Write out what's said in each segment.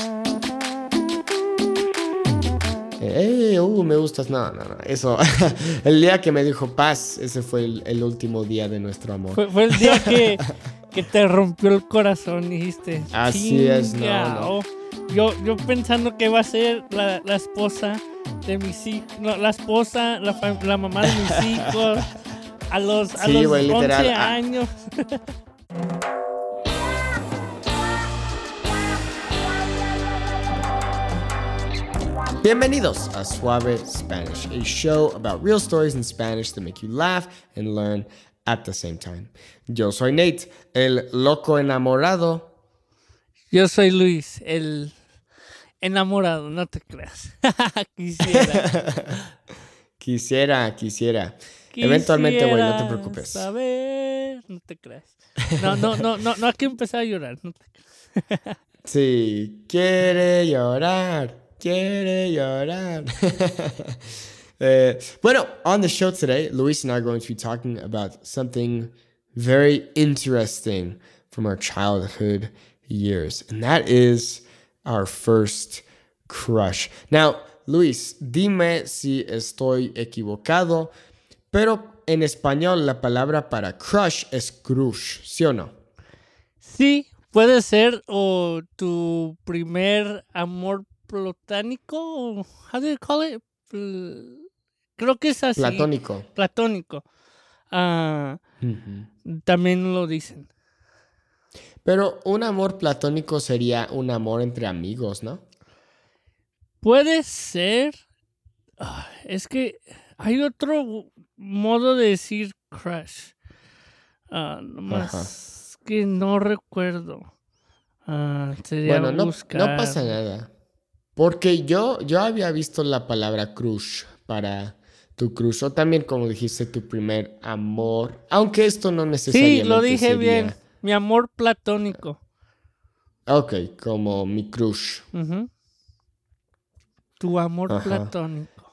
Me gustas. No. Eso. El día que me dijo paz, ese fue el último día de nuestro amor. Fue el día que te rompió el corazón, dijiste. Así es, no. Yo pensando que iba a ser la esposa de mis hijos, no, la esposa, la mamá de mis hijos, a los 11 años. Bienvenidos a Suave Spanish, a show about real stories in Spanish that make you laugh and learn at the same time. Yo soy Nate, el loco enamorado. Yo soy Luis, el enamorado, no te creas. Quisiera. Eventualmente, güey, no te preocupes. Saber, no te creas. No hay que empezar a llorar. No te creas. Sí, quiere llorar. Bueno, on the show today, Luis and I are going to be talking about something very interesting from our childhood years, and that is our first crush. Now, Luis, dime si estoy equivocado, pero en español la palabra para crush es crush, ¿sí o no? Sí, puede ser o tu primer amor platónico, how do you call it? Creo que es así. Platónico. También lo dicen. Pero un amor platónico sería un amor entre amigos, ¿no? Puede ser. Es que hay otro modo de decir crush. Nomás que no recuerdo. Sería bueno, buscar. No pasa nada. Porque yo había visto la palabra crush para tu crush. O también, como dijiste, tu primer amor. Aunque esto no necesariamente Sí, lo dije sería... bien. Mi amor platónico. Ok, como mi crush. Uh-huh. Tu amor platónico.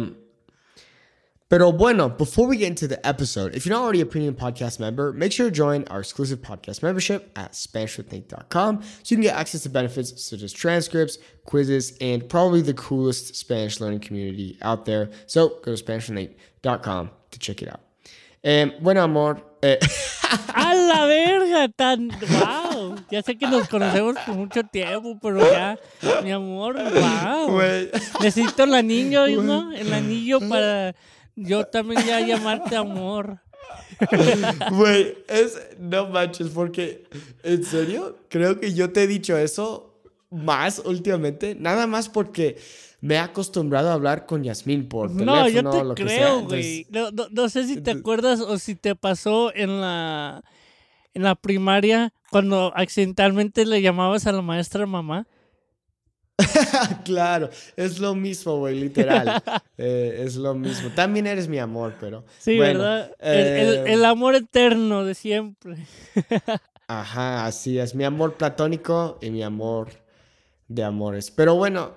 Pero bueno, before we get into the episode, if you're not already a premium podcast member, make sure to join our exclusive podcast membership at SpanishWithNate.com so you can get access to benefits such as transcripts, quizzes, and probably the coolest Spanish learning community out there. So go to SpanishWithNate.com to check it out. Bueno, amor. ¡A la verga! ¡Wow! Ya sé que nos conocemos por mucho tiempo, pero ya, mi amor, ¡wow! Wey. Necesito el anillo, ¿no? El anillo para yo también ya llamarte amor. Güey, no manches, porque, ¿en serio? Creo que yo te he dicho eso más últimamente, nada más porque me he acostumbrado a hablar con Yasmín por teléfono. No, yo te lo creo, güey. No sé si te acuerdas o si te pasó en la primaria cuando accidentalmente le llamabas a la maestra mamá. Claro, es lo mismo, güey, literal. Es lo mismo. También eres mi amor, pero... Sí, bueno, ¿verdad? El amor eterno de siempre. Ajá, así es. Mi amor platónico y mi amor de amores. Pero bueno,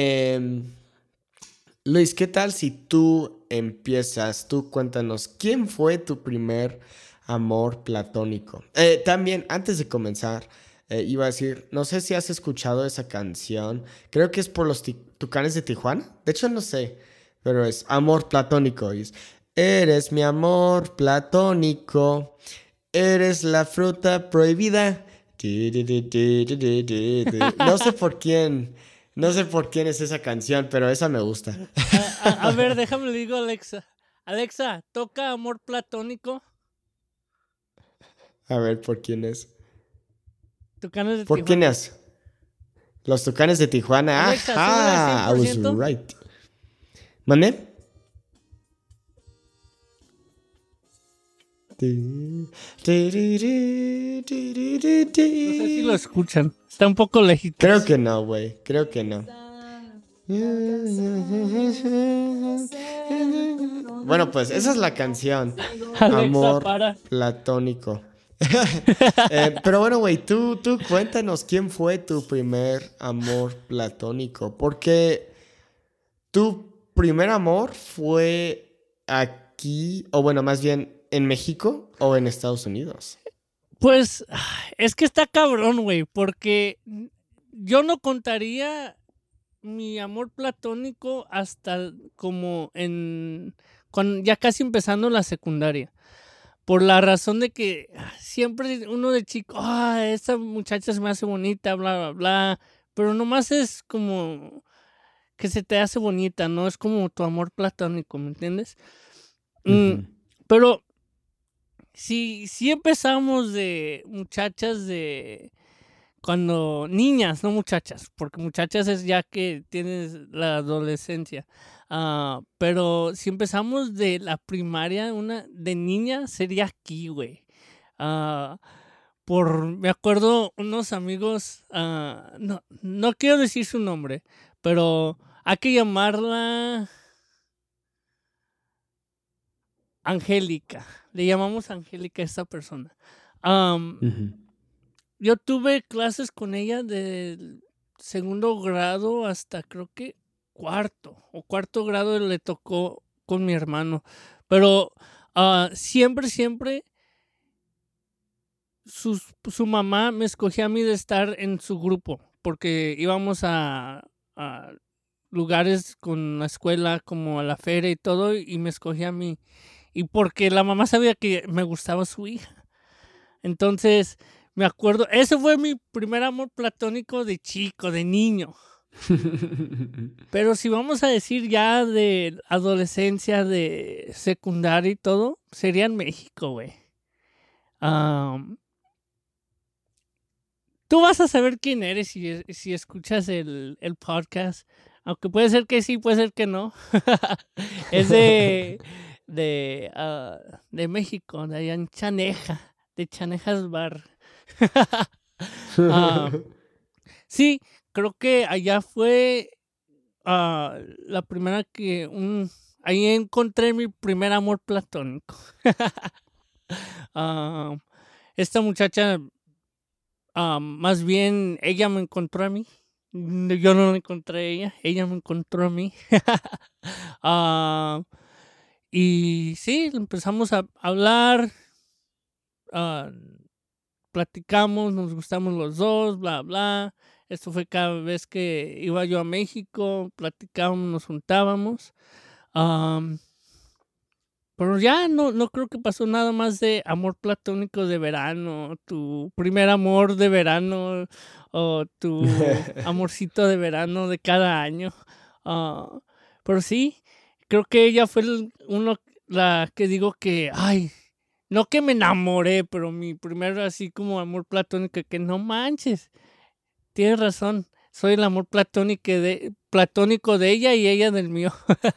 Luis, ¿qué tal si tú empiezas? Tú cuéntanos, ¿quién fue tu primer amor platónico? También, antes de comenzar... iba a decir, no sé si has escuchado esa canción. Creo que es por los Tucanes de Tijuana. De hecho, no sé. Pero es Amor Platónico. Y es, eres mi amor platónico. Eres la fruta prohibida. No sé por quién. No sé por quién es esa canción, pero esa me gusta. A ver, déjame le digo a Alexa. Alexa, toca Amor Platónico. A ver, ¿por quién es? Tucanes de ¿Por Tijuana. quién es? Los Tucanes de Tijuana. Alexa, Ajá, I was right. ¿Mané? No sé si lo escuchan. Está un poco lejito. Creo que no, güey. Creo que no. Bueno, pues esa es la canción. Alexa, Amor para. platónico. Pero bueno, güey, tú cuéntanos quién fue tu primer amor platónico. Porque tu primer amor fue aquí, o bueno, más bien en México o en Estados Unidos. Pues es que está cabrón, güey, porque yo no contaría mi amor platónico hasta como cuando ya casi empezando la secundaria. Por la razón de que siempre uno de chico, esa muchacha se me hace bonita, bla, bla, bla. Pero nomás es como que se te hace bonita, no es como tu amor platónico, ¿me entiendes? Pero si empezamos de muchachas de cuando niñas, no muchachas, porque muchachas es ya que tienes la adolescencia. Pero si empezamos de la primaria, una de niña sería aquí, güey. Me acuerdo unos amigos, no quiero decir su nombre, pero hay que llamarla Angélica. Le llamamos Angélica a esta persona. Yo tuve clases con ella del segundo grado hasta creo que cuarto grado le tocó con mi hermano. Pero siempre su mamá me escogía a mí de estar en su grupo porque íbamos a lugares con la escuela como a la feria y todo y me escogía a mí. Y porque la mamá sabía que me gustaba su hija. Entonces, me acuerdo, ese fue mi primer amor platónico de chico, de niño. Pero si vamos a decir ya de adolescencia, de secundaria y todo, sería en México, güey. Tú vas a saber quién eres si escuchas el podcast. Aunque puede ser que sí, puede ser que no. Es de México, de allá en Chaneja, de Chanejas Bar. Sí, creo que allá fue la primera ahí encontré mi primer amor platónico. Esta muchacha, más bien ella me encontró a mí. Yo no la encontré a ella me encontró a mí. Y sí, empezamos a hablar, platicamos, nos gustamos los dos, bla, bla. Esto fue cada vez que iba yo a México, platicábamos, nos juntábamos. Pero ya no creo que pasó nada más de amor platónico de verano, tu primer amor de verano o tu amorcito de verano de cada año. Pero sí, creo que ella fue la que digo que, no que me enamoré, pero mi primer así como amor platónico, que no manches, tienes razón, soy el amor platónico de ella y ella del mío.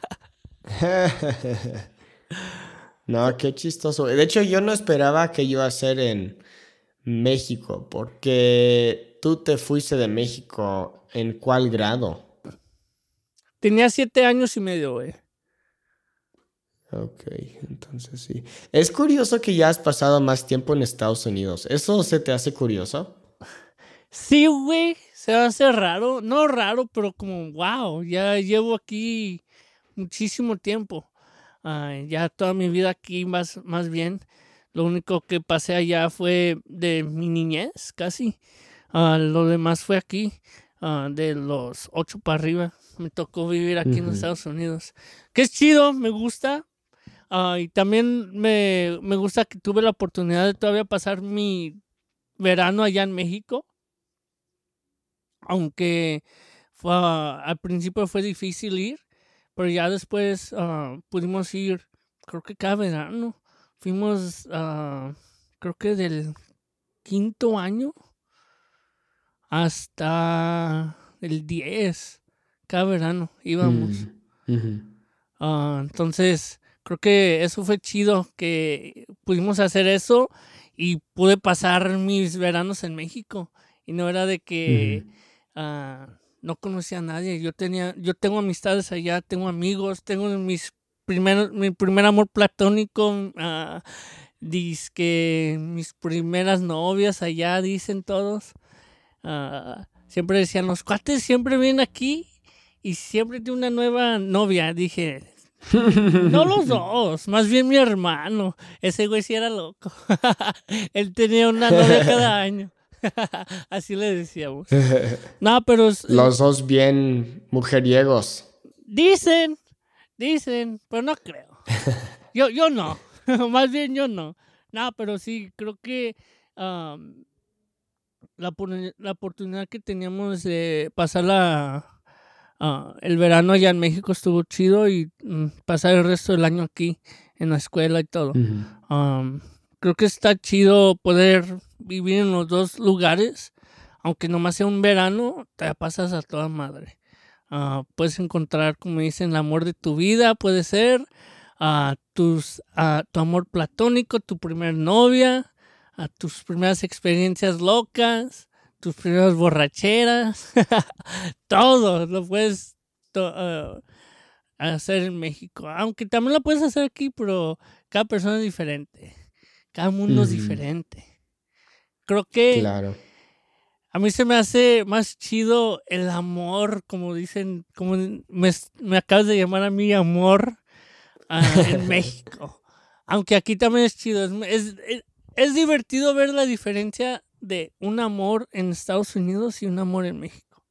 No, qué chistoso. De hecho, yo no esperaba que iba a ser en México, porque tú te fuiste de México, ¿en cuál grado? Tenía 7 años y medio, güey. Ok, entonces sí. Es curioso que ya has pasado más tiempo en Estados Unidos. ¿Eso se te hace curioso? Sí, güey, se hace raro. No raro, pero como, wow, ya llevo aquí muchísimo tiempo. Ya toda mi vida aquí más bien. Lo único que pasé allá fue de mi niñez, casi. Lo demás fue aquí, de los 8 para arriba. Me tocó vivir aquí en los Estados Unidos. Que es chido, me gusta. Y también me gusta que tuve la oportunidad de todavía pasar mi verano allá en México. Aunque al principio fue difícil ir, pero ya después pudimos ir, creo que cada verano. Fuimos, creo que del 5º año hasta el 10, cada verano íbamos. Entonces, creo que eso fue chido, que pudimos hacer eso y pude pasar mis veranos en México. Y no era de que no conocía a nadie. Yo tengo amistades allá, tengo amigos, tengo mi primer amor platónico, que mis primeras novias allá, dicen todos. Siempre decían, los cuates siempre vienen aquí y siempre tiene una nueva novia. Dije, no los dos, más bien mi hermano. Ese güey sí era loco. Él tenía una novia cada año. Así le decíamos. No, pero... Los dos bien mujeriegos. Dicen, pero no creo. Yo no. Más bien yo no. No, pero sí, creo que la oportunidad que teníamos de pasar el verano allá en México estuvo chido y pasar el resto del año aquí en la escuela y todo. Creo que está chido poder vivir en los dos lugares, aunque nomás sea un verano, te la pasas a toda madre. Puedes encontrar, como dicen, el amor de tu vida, puede ser tu amor platónico, tu primer novia, tus primeras experiencias locas, tus primeras borracheras, todo lo puedes hacer en México, aunque también lo puedes hacer aquí, pero cada persona es diferente, cada mundo es diferente. Creo que claro. A mí se me hace más chido el amor, como dicen, como me acabas de llamar a mí amor en México. Aunque aquí también es chido. Es divertido ver la diferencia de un amor en Estados Unidos y un amor en México.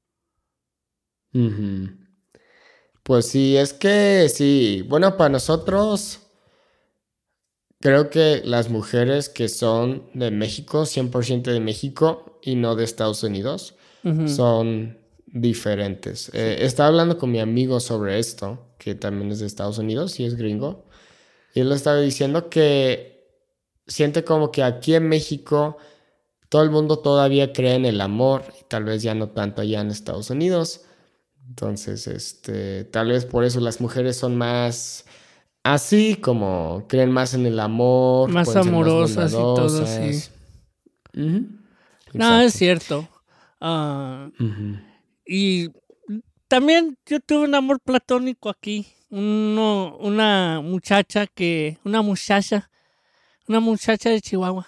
Pues sí, es que sí. Bueno, para nosotros, creo que las mujeres que son de México, 100% de México y no de Estados Unidos, son diferentes. Sí. Estaba hablando con mi amigo sobre esto, que también es de Estados Unidos y es gringo. Y él estaba diciendo que siente como que aquí en México todo el mundo todavía cree en el amor y tal vez ya no tanto allá en Estados Unidos. Entonces, tal vez por eso las mujeres son más así, como creen más en el amor, más amorosas y todo, sí. No, es cierto. Y también yo tuve un amor platónico aquí. Una muchacha de Chihuahua.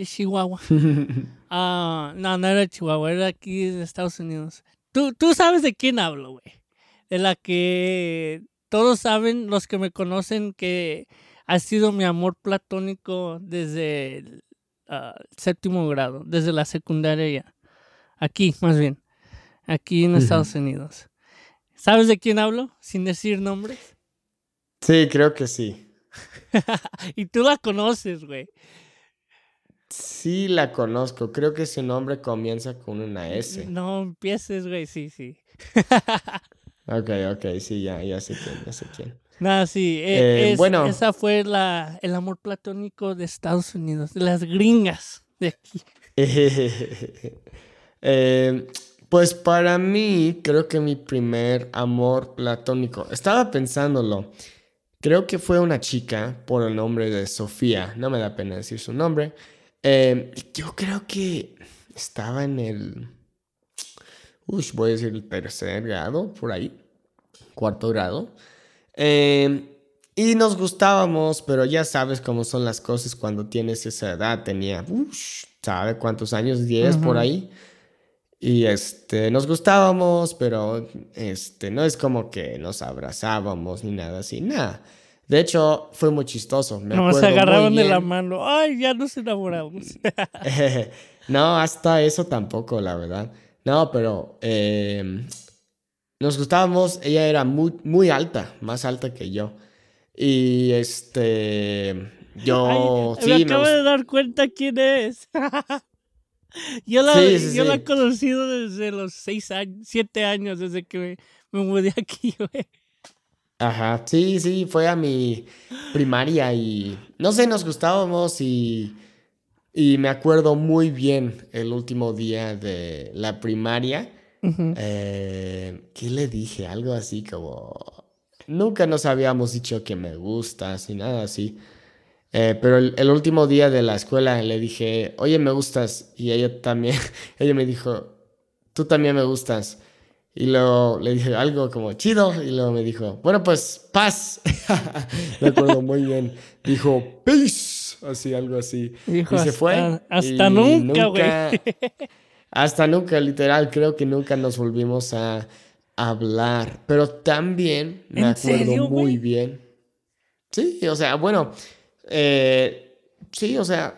No era de Chihuahua, era aquí de Estados Unidos. Tú sabes de quién hablo, güey. De la que todos saben, los que me conocen, que ha sido mi amor platónico desde el séptimo grado, desde la secundaria ya. Aquí, más bien. Aquí en Estados Unidos. ¿Sabes de quién hablo? Sin decir nombres. Sí, creo que sí. Y tú la conoces, güey. Sí, la conozco. Creo que su nombre comienza con una S. No empieces, güey. Sí. Ok, sí, ya sé quién. Nada, sí. Bueno. Esa fue el amor platónico de Estados Unidos, de las gringas de aquí. Pues para mí, creo que mi primer amor platónico, estaba pensándolo, creo que fue una chica por el nombre de Sofía, no me da pena decir su nombre. Yo creo que estaba en el, voy a decir el tercer grado, por ahí, cuarto grado. Y nos gustábamos, pero ya sabes cómo son las cosas cuando tienes esa edad. Tenía, ¿sabe cuántos años? 10 por ahí. Y nos gustábamos, pero no es como que nos abrazábamos ni nada así, nada. De hecho, fue muy chistoso. Nos agarraban de la mano. Ay, ya nos enamoramos. No, hasta eso tampoco, la verdad. No, pero nos gustábamos. Ella era muy, muy alta, más alta que yo. Y yo... Ay, sí, me acabo de dar cuenta quién es. Yo la he conocido desde los 7 años, desde que me mudé aquí, güey. Ajá, sí, fue a mi primaria y no sé, nos gustábamos y me acuerdo muy bien el último día de la primaria. ¿Qué le dije? Algo así como... Nunca nos habíamos dicho que me gustas ni nada así. Pero el último día de la escuela le dije, oye, me gustas. Y ella también, ella me dijo, tú también me gustas. Y luego le dije algo como chido. Y luego me dijo, bueno, pues paz. Me acuerdo muy bien. Dijo, peace. Así, algo así. Dijo, y se fue. Hasta nunca, güey. Hasta nunca, literal. Creo que nunca nos volvimos a hablar. Pero también me acuerdo muy bien. Sí, o sea, bueno. Sí, o sea,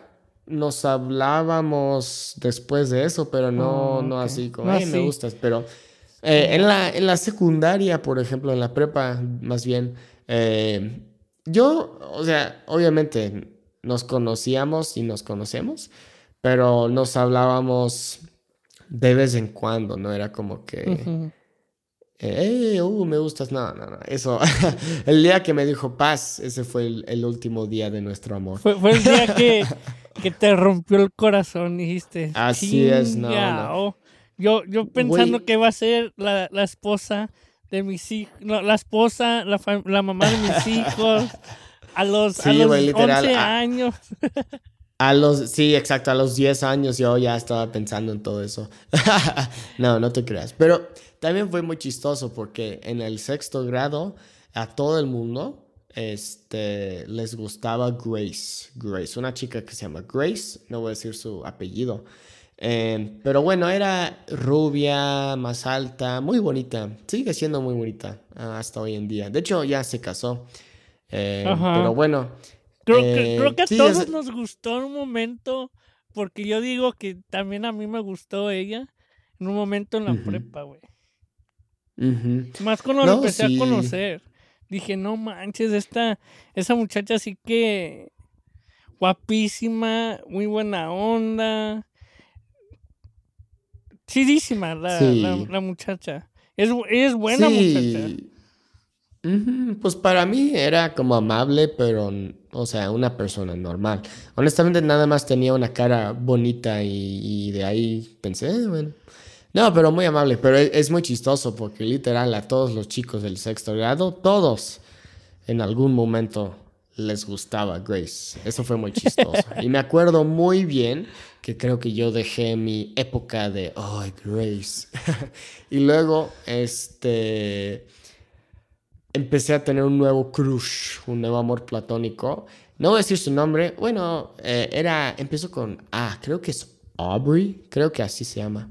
nos hablábamos después de eso, pero no, Oh, no ok. así como, No, me sí. gustas, pero en la secundaria, por ejemplo, en la prepa, más bien, yo, o sea, obviamente nos conocíamos y nos conocemos, pero nos hablábamos de vez en cuando, no era como que, Ujú. me gustas, no, no, no, eso, el día que me dijo paz, ese fue el último día de nuestro amor. Fue el día que te rompió el corazón, dijiste, Así es, no, no. chingao. Yo pensando Güey, que va a ser la esposa de mis hijos, no, la esposa, la mamá de mis hijos, a sí, güey, los literal. 11 años. Sí, exacto, a los 10 años yo ya estaba pensando en todo eso. No, no te creas. Pero también fue muy chistoso porque en el sexto grado a todo el mundo les gustaba Grace. Grace, una chica que se llama Grace, no voy a decir su apellido. Pero bueno, era rubia, más alta, muy bonita. Sigue siendo muy bonita hasta hoy en día. De hecho, ya se casó. Pero Ajá. bueno, Creo que a sí, todos nos gustó en un momento, porque yo digo que también a mí me gustó ella en un momento en la ujú, prepa, güey. ujú. Más cuando la No, empecé a sí, conocer. Dije, no manches, esa muchacha sí que guapísima, muy buena onda, chidísima sí, la muchacha. Es buena muchacha. sí. Ujú. Pues para mí era como amable, pero, o sea, una persona normal. Honestamente, nada más tenía una cara bonita y de ahí pensé, bueno. No, pero muy amable, pero es muy chistoso porque literal a todos los chicos del sexto grado, todos en algún momento les gustaba Grace. Eso fue muy chistoso. Y me acuerdo muy bien que creo que yo dejé mi época de, ay, Grace. Y luego, empecé a tener un nuevo crush, un nuevo amor platónico. No voy a decir su nombre. Bueno, empezó con, creo que es Aubrey, creo que así se llama.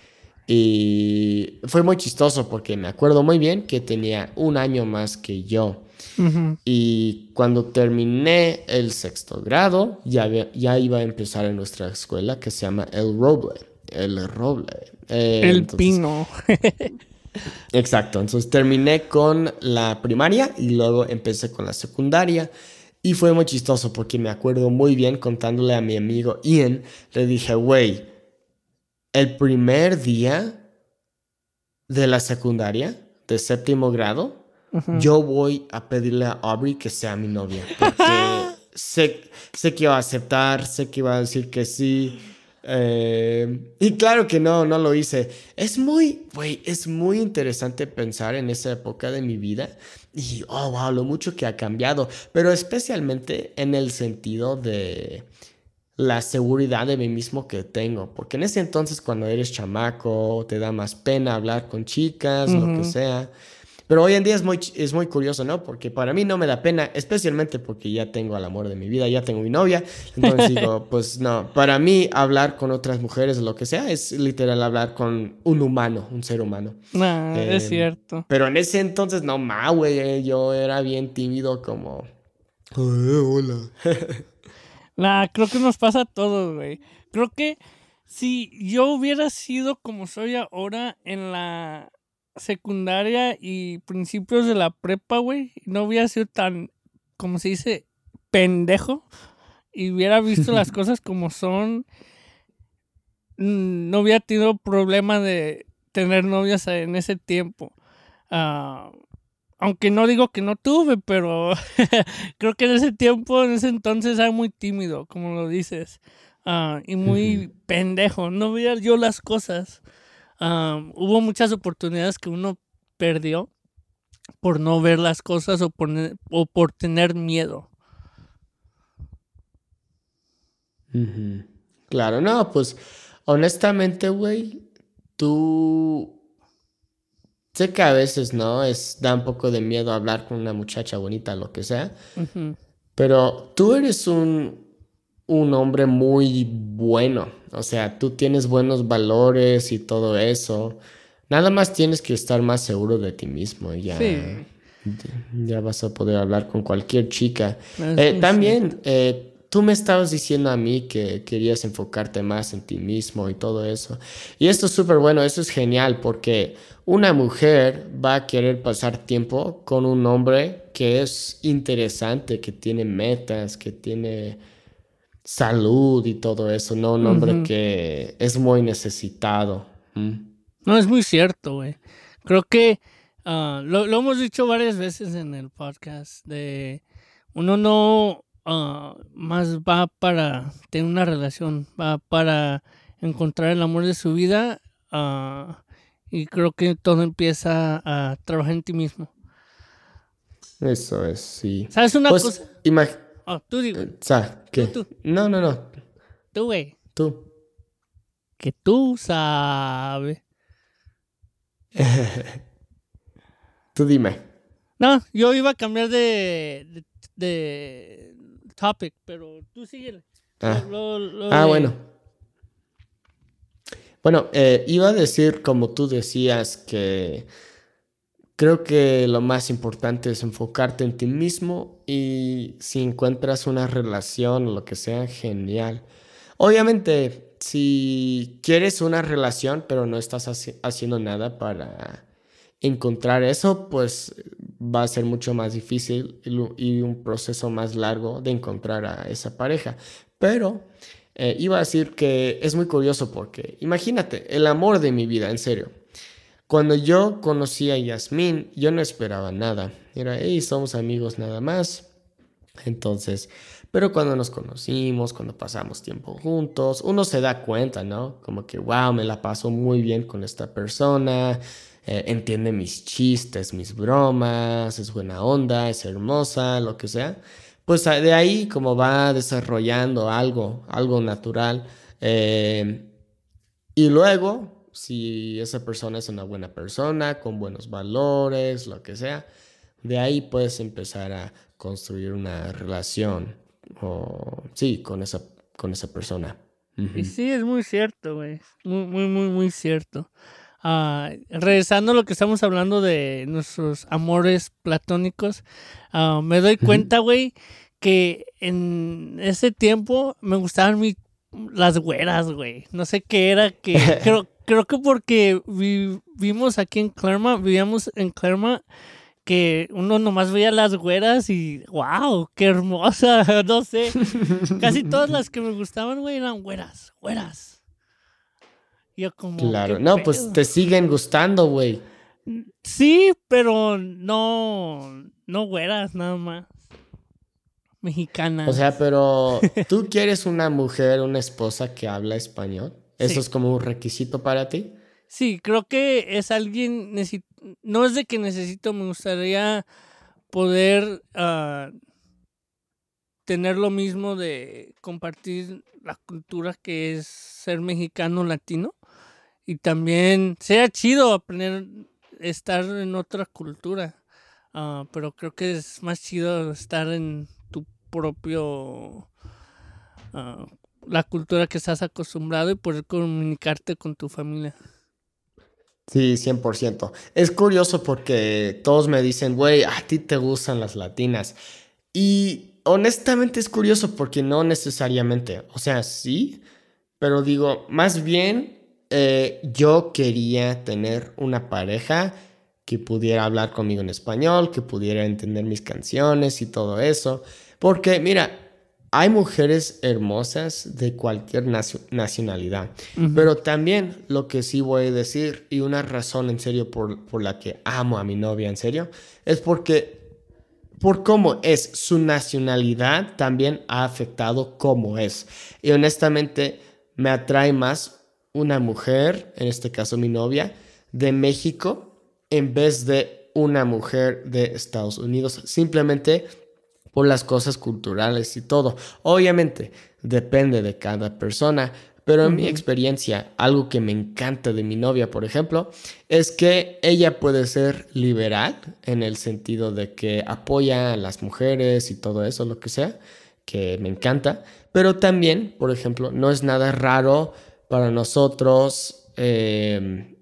Y fue muy chistoso porque me acuerdo muy bien que tenía un año más que yo. Ujú. Y cuando terminé el sexto grado, ya iba a empezar en nuestra escuela que se llama El Roble. El Roble. El Entonces, pino. exacto. Entonces terminé con la primaria y luego empecé con la secundaria. Y fue muy chistoso porque me acuerdo muy bien contándole a mi amigo Ian, le dije, güey, el primer día de la secundaria, de séptimo grado, Ujú. yo voy a pedirle a Aubrey que sea mi novia, porque sé que iba a aceptar, sé que iba a decir que sí. Y claro que no, no lo hice. Es muy interesante pensar en esa época de mi vida y, oh, wow, lo mucho que ha cambiado, pero especialmente en el sentido de la seguridad de mí mismo que tengo. Porque en ese entonces, cuando eres chamaco, te da más pena hablar con chicas, lo que Ujú. sea. Pero hoy en día es muy curioso, ¿no? Porque para mí no me da pena, especialmente porque ya tengo al amor de mi vida, ya tengo mi novia. Entonces digo, pues no, para mí hablar con otras mujeres o lo que sea es literal hablar con un humano, un ser humano. Nah, es Eh, cierto. pero en ese entonces, no, güey, yo era bien tímido como... hola. Nah, creo que nos pasa a todos, güey. Creo que si yo hubiera sido como soy ahora en la secundaria y principios de la prepa, güey, no hubiera sido tan, como se dice, pendejo y hubiera visto las cosas como son, no hubiera tenido problema de tener novias en ese tiempo. Ah, aunque no digo que no tuve, pero creo que en ese tiempo, en ese entonces era muy tímido, como lo dices, y muy pendejo. No veía yo las cosas. Hubo muchas oportunidades que uno perdió por no ver las cosas o por tener miedo. Ujú. Claro, no, pues honestamente, güey, tú sé que a veces, ¿no? Da un poco de miedo hablar con una muchacha bonita, lo que sea, Ujú. pero tú eres un hombre muy bueno, o sea, tú tienes buenos valores y todo eso. Nada más tienes que estar más seguro de ti mismo y ya, Sí, ya vas a poder hablar con cualquier chica. es muy También, cierto. tú me estabas diciendo a mí que querías enfocarte más en ti mismo y todo eso. Y esto es súper bueno, eso es genial porque una mujer va a querer pasar tiempo con un hombre que es interesante, que tiene metas, que tiene salud y todo eso, no un hombre Ujú. que es muy necesitado. No, es muy cierto, güey. Creo que lo hemos dicho varias veces en el podcast, de uno no más va para tener una relación, va para encontrar el amor de su vida, y creo que todo empieza a trabajar en ti mismo. Eso es, sí. ¿Sabes una cosa? Pues, Tú digo. ¿qué? Tú. No, no, no. Tú, güey. Tú. Que tú sabes. Tú dime. No, yo iba a cambiar de topic, pero tú síguele. Ah, Lo ah, de... bueno. Bueno, iba a decir, como tú decías, que creo que lo más importante es enfocarte en ti mismo y si encuentras una relación o lo que sea, genial. Obviamente, si quieres una relación, pero no estás haciendo nada para encontrar eso, pues va a ser mucho más difícil y un proceso más largo de encontrar a esa pareja. Pero iba a decir que es muy curioso porque, imagínate, el amor de mi vida, en serio. Cuando yo conocí a Yasmín, yo no esperaba nada. Era, hey, somos amigos nada más. Entonces, pero cuando nos conocimos, cuando pasamos tiempo juntos, uno se da cuenta, ¿no? Como que, wow, me la paso muy bien con esta persona, entiende mis chistes, mis bromas, es buena onda, es hermosa, lo que sea. Pues de ahí como va desarrollando algo natural. Y luego, si esa persona es una buena persona, con buenos valores, lo que sea, de ahí puedes empezar a construir una relación, o sí, con esa persona. Y Ujú. sí, es muy cierto, güey. Muy cierto. Regresando a lo que estamos hablando de nuestros amores platónicos, me doy Ujú. cuenta, güey, que en ese tiempo me gustaban las güeras, güey. No sé qué era, que creo que porque vivimos aquí en Claremont, vivíamos en Claremont, que uno nomás veía las güeras y wow, qué hermosa, no sé. Casi todas las que me gustaban, güey, eran güeras, güeras. Y yo como, qué Claro, no, pues pedo. te siguen gustando, güey. Sí, pero no güeras nada más. O sea, Mexicanas. pero ¿tú quieres una mujer, una esposa que habla español? ¿Eso Sí. es como un requisito para ti? Sí, creo que es alguien, no es de que necesito, me gustaría poder tener lo mismo de compartir la cultura que es ser mexicano latino. Y también sea chido aprender estar en otra cultura. Pero creo que es más chido estar en tu propio ah, la cultura que estás acostumbrado y poder comunicarte con tu familia. Sí, 100%. Es curioso porque todos me dicen, güey, a ti te gustan las latinas. Y honestamente es curioso porque no necesariamente. O sea, sí, pero digo, más bien yo quería tener una pareja que pudiera hablar conmigo en español, que pudiera entender mis canciones y todo eso. Porque mira, hay mujeres hermosas de cualquier nacionalidad. Ujú. Pero también lo que sí voy a decir, y una razón en serio por la que amo a mi novia en serio, es porque por cómo es su nacionalidad también ha afectado cómo es. Y honestamente me atrae más una mujer, en este caso mi novia, de México en vez de una mujer de Estados Unidos, simplemente por las cosas culturales y todo. Obviamente depende de cada persona, pero en mi Ujú. experiencia, algo que me encanta de mi novia, por ejemplo, es que ella puede ser liberal en el sentido de que apoya a las mujeres y todo eso, lo que sea, que me encanta, pero también, por ejemplo, no es nada raro para nosotros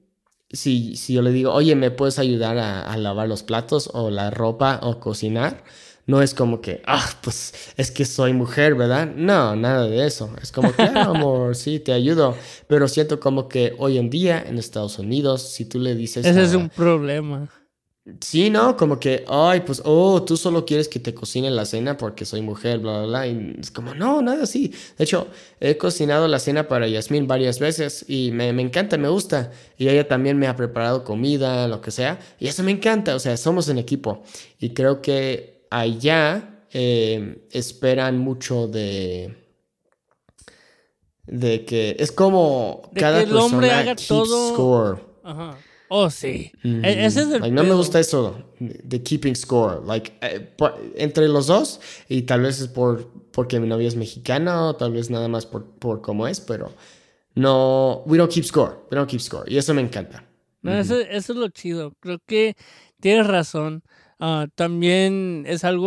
si yo le digo, oye, ¿me puedes ayudar a lavar los platos o la ropa o cocinar? No es como que, pues es que soy mujer, ¿verdad? No, nada de eso. Es como, claro, amor, sí, te ayudo. Pero siento como que hoy en día en Estados Unidos, si tú le dices Ese es un problema. Sí, ¿no? Como que, ay, pues, tú solo quieres que te cocine la cena porque soy mujer, bla, bla, bla. Y es como, no, nada así. De hecho, he cocinado la cena para Yasmín varias veces y me encanta, me gusta. Y ella también me ha preparado comida, lo que sea. Y eso me encanta, o sea, somos en equipo. Y creo que allá esperan mucho de que es como De que cada el hombre persona haga keeps todo. score. Ajá. Oh, sí. Ese es el No me pedo. gusta eso de keeping score. Entre los dos, y tal vez es porque mi novia es mexicana, o tal vez nada más por cómo es, pero no, we don't keep score. We don't keep score. Y eso me encanta. No, eso es lo chido. Creo que tienes razón. También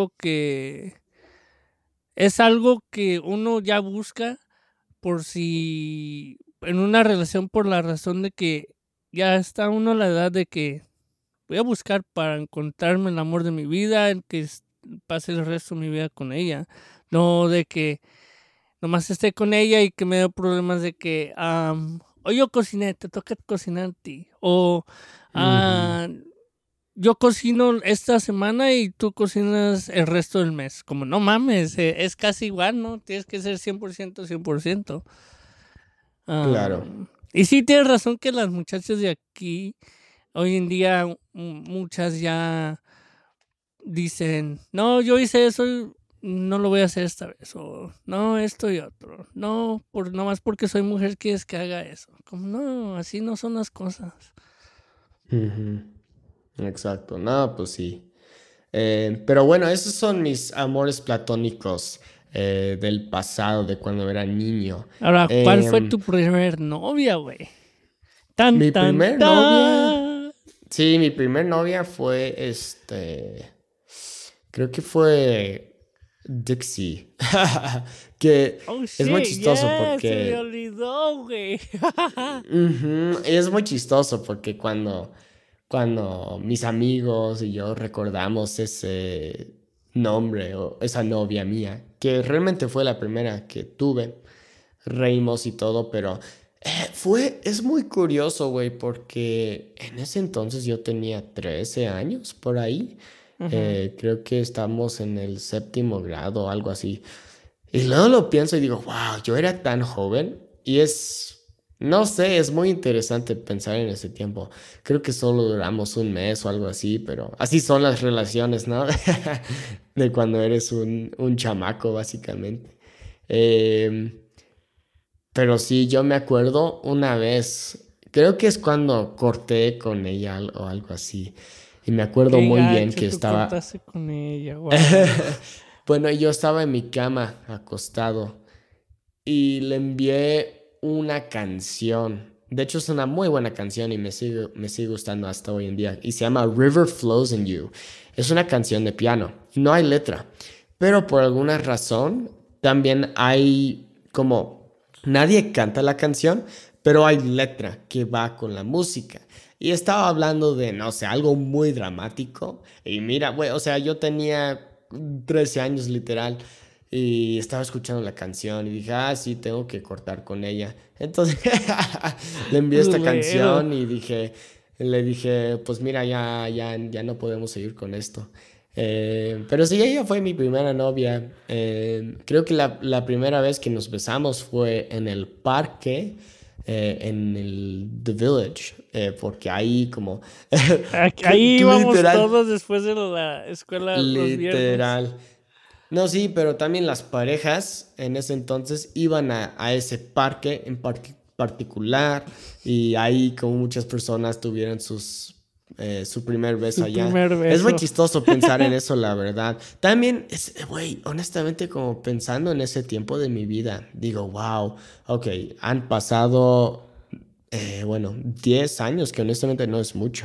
es algo que uno ya busca por si en una relación, por la razón de que ya está uno a la edad de que voy a buscar para encontrarme el amor de mi vida, el que pase el resto de mi vida con ella. No de que nomás esté con ella y que me dé problemas de que, o yo cociné, te toca cocinar a ti. O yo cocino esta semana y tú cocinas el resto del mes. Como no mames, es casi igual, ¿no? Tienes que ser 100%, 100%. Claro. Y sí, tienes razón que las muchachas de aquí, hoy en día, muchas ya dicen, no, yo hice eso, no lo voy a hacer esta vez. O no, esto y otro. No, nomás porque soy mujer quieres que haga eso. Como no, así no son las cosas. Exacto. No, pues sí. Pero bueno, esos son mis amores platónicos del pasado, de cuando era niño. Ahora, ¿cuál fue Em, tu primer novia, güey? Tan, Mi tan, primer novia. tan. Sí, mi primer novia fue creo que fue Dixie. Que Oh, es muy shit, chistoso yeah, se me porque. olvidó, güey. Es muy chistoso porque cuando mis amigos y yo recordamos ese nombre o esa novia mía, que realmente fue la primera que tuve, reímos y todo, pero es muy curioso, güey, porque en ese entonces yo tenía 13 años por ahí. Creo que estamos en el séptimo grado o algo así. Y luego lo pienso y digo, wow, yo era tan joven y no sé, es muy interesante pensar en ese tiempo. Creo que solo duramos un mes o algo así, pero así son las relaciones, ¿no? De cuando eres un chamaco, básicamente. Em, pero sí, yo me acuerdo una vez, creo que es cuando corté con ella o algo así. Y me acuerdo Qué muy bien gacho, que tú estaba. cortaste con ella, wow. Bueno, yo estaba en mi cama acostado y le envié una canción. De hecho, es una muy buena canción y me sigue gustando hasta hoy en día. Y se llama River Flows in You. Es una canción de piano. No hay letra. Pero por alguna razón, también hay como. Nadie canta la canción, pero hay letra que va con la música. Y estaba hablando de, no sé, algo muy dramático. Y mira, güey, o sea, yo tenía 13 años literal. Y estaba escuchando la canción y dije, sí, tengo que cortar con ella. Entonces le envié esta Culero. canción y le dije, pues mira, ya no podemos seguir con esto. Pero sí, ella fue mi primera novia. Creo que la primera vez que nos besamos fue en el parque, en el The Village, porque ahí como Ahí íbamos literal, todos después de la escuela los viernes. literal. No, sí, pero también las parejas en ese entonces iban a ese parque en particular y ahí como muchas personas tuvieron su primer beso Su allá. primer Es muy beso. chistoso pensar en eso, la verdad. También, güey, honestamente como pensando en ese tiempo de mi vida, digo, wow, ok, han pasado, bueno, 10 años, que honestamente no es mucho.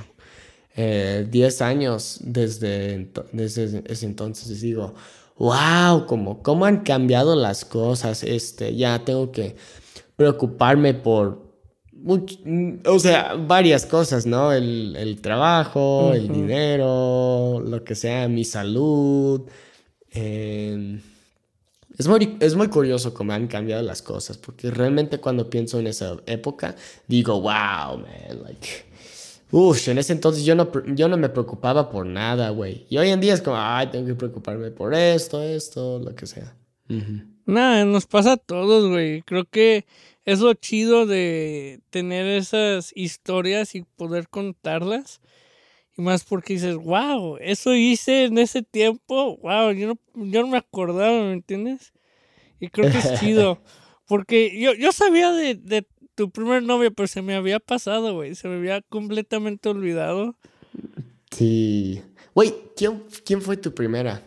10 años desde ese entonces y digo, wow, cómo han cambiado las cosas. Ya tengo que preocuparme o sea, varias cosas, ¿no? El trabajo, el dinero, lo que sea, mi salud. eh, es muy curioso cómo han cambiado las cosas, porque realmente cuando pienso en esa época, digo, wow, man, like, en ese entonces yo no me preocupaba por nada, güey. Y hoy en día es como, ay, tengo que preocuparme por esto, lo que sea. Nada, nos pasa a todos, güey. Creo que es lo chido de tener esas historias y poder contarlas. Y más porque dices, wow, eso hice en ese tiempo. Wow, yo no me acordaba, ¿me entiendes? Y creo que es chido. Porque yo sabía de tu primer novio, pero se me había pasado, güey. Se me había completamente olvidado. Sí. Güey, ¿quién fue tu primera?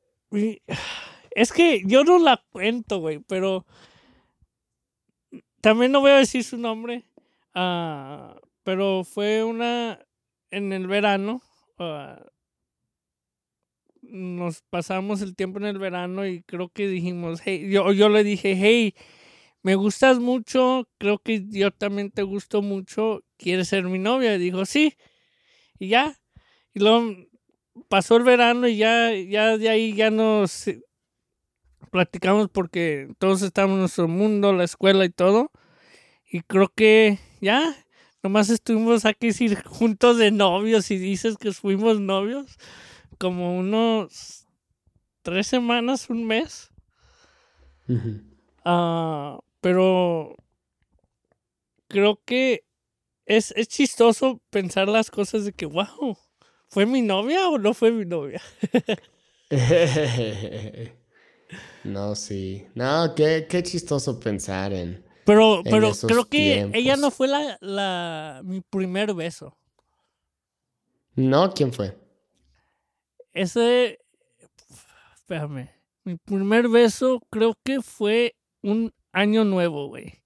Es que yo no la cuento, güey, pero también no voy a decir su nombre. Pero fue una en el verano. Nos pasamos el tiempo en el verano y creo que dijimos, hey, yo le dije, hey, me gustas mucho, creo que yo también te gusto mucho, ¿quieres ser mi novia? Y dijo, sí, y ya. Y luego pasó el verano y ya de ahí ya nos platicamos porque todos estábamos en nuestro mundo, la escuela y todo. Y creo que ya, nomás estuvimos aquí juntos de novios y dices que fuimos novios como unos 3 semanas, un mes. Pero creo que es chistoso pensar las cosas de que, wow, ¿fue mi novia o no fue mi novia? No, sí. No, qué chistoso pensar Pero en creo esos que ella no tiempos. fue mi primer beso. ¿No? ¿Quién fue? Espérame, mi primer beso creo que fue un año nuevo, güey.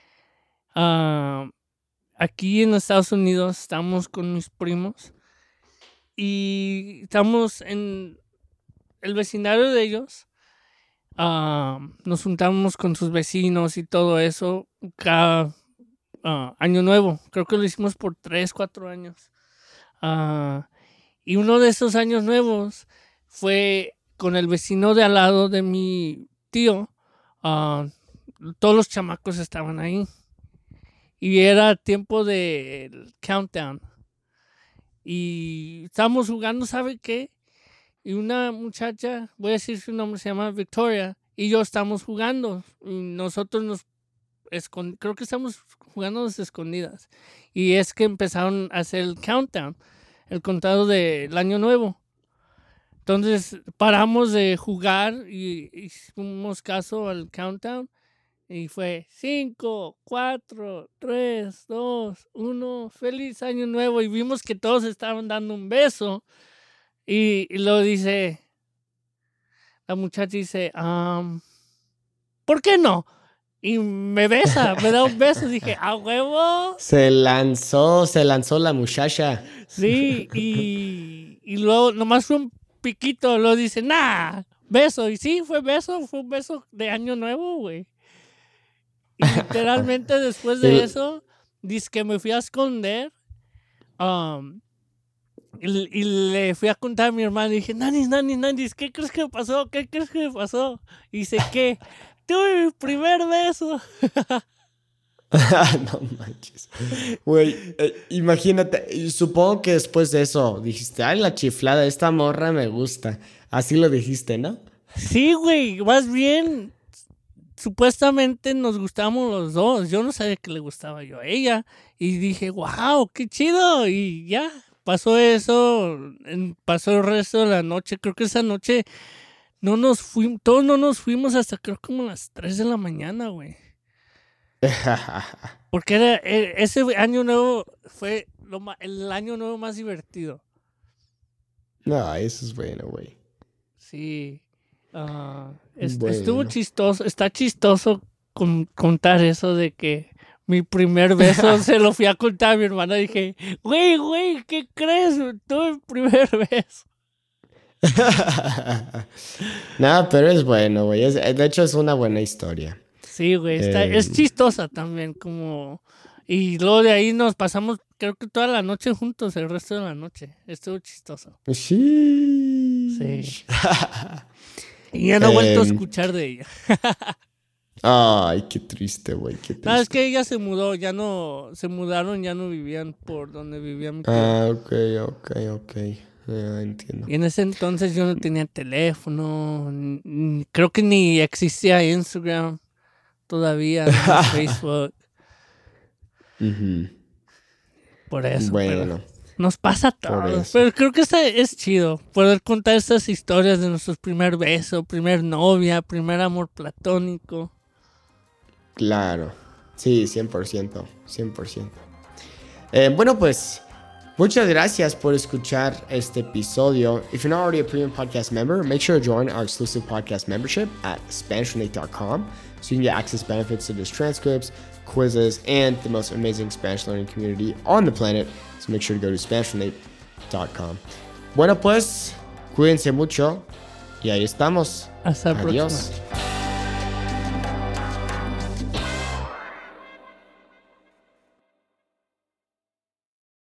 Aquí en Estados Unidos estamos con mis primos y estamos en el vecindario de ellos. Nos juntamos con sus vecinos y todo eso cada año nuevo. Creo que lo hicimos por 3, 4 años. Y uno de esos años nuevos fue con el vecino de al lado de mi tío. Todos los chamacos estaban ahí. Y era tiempo del countdown. Y estábamos jugando, ¿sabe qué? Y una muchacha, voy a decir su nombre, se llama Victoria, y yo estamos jugando. Y nosotros creo que estamos jugando las escondidas. Y es que empezaron a hacer el countdown, el contado del año nuevo. Entonces paramos de jugar y hicimos caso al countdown. Y fue 5, 4, 3, 2, 1, feliz año nuevo. Y vimos que todos estaban dando un beso. Y luego dice, la muchacha dice, ¿por qué no? Y me besa, me da un beso. Dije, ¿a huevo? Se lanzó la muchacha. Sí, y luego nomás fue un piquito. Luego dice, nah, beso. Y sí, fue un beso de año nuevo, güey. Y literalmente después de eso, dice que me fui a esconder. Y le fui a contar a mi hermano y dije, Nanis, ¿qué crees que me pasó? Y dice, ¿qué? Tuve mi primer beso. No manches. Güey, imagínate, supongo que después de eso dijiste, ay, la chiflada, esta morra me gusta. Así lo dijiste, ¿no? Sí, güey, más bien, supuestamente nos gustamos los dos. Yo no sabía que le gustaba yo a ella. Y dije, wow, qué chido. Y ya, pasó eso, pasó el resto de la noche. Creo que esa noche todos no nos fuimos hasta creo como las 3 de la mañana, güey. Porque ese año nuevo fue el año nuevo más divertido. No, eso es bueno, güey. Sí. Bueno. Estuvo chistoso, está chistoso contar eso de que mi primer beso se lo fui a contar a mi hermana. Dije, güey, ¿qué crees? Tuve mi primer beso. No, pero es bueno, güey. De hecho, es una buena historia. Sí, güey, es chistosa también, como Y luego de ahí nos pasamos, creo que toda la noche juntos, el resto de la noche. Estuvo chistoso. Sí. Y ya no he vuelto a escuchar de ella. Ay, qué triste, güey, qué triste. No, es que ella se mudó, se mudaron, ya no vivían por donde vivía mi tío. Ok. Entiendo. Y en ese entonces yo no tenía teléfono, creo que ni existía Instagram todavía, ni Facebook. Por eso. Bueno. Nos pasa a todos. Pero creo que es chido poder contar estas historias de nuestros primer beso, primer novia, primer amor platónico. Claro. Sí, 100%. Bueno, pues muchas gracias por escuchar este episodio. If you're not already a premium podcast member, make sure to join our exclusive podcast membership at SpanishLink.com so you can get access benefits to this transcripts, quizzes, and the most amazing Spanish learning community on the planet. So make sure to go to SpanishLink.com. Bueno, pues, cuídense mucho y ahí estamos. Hasta la Adiós. próxima.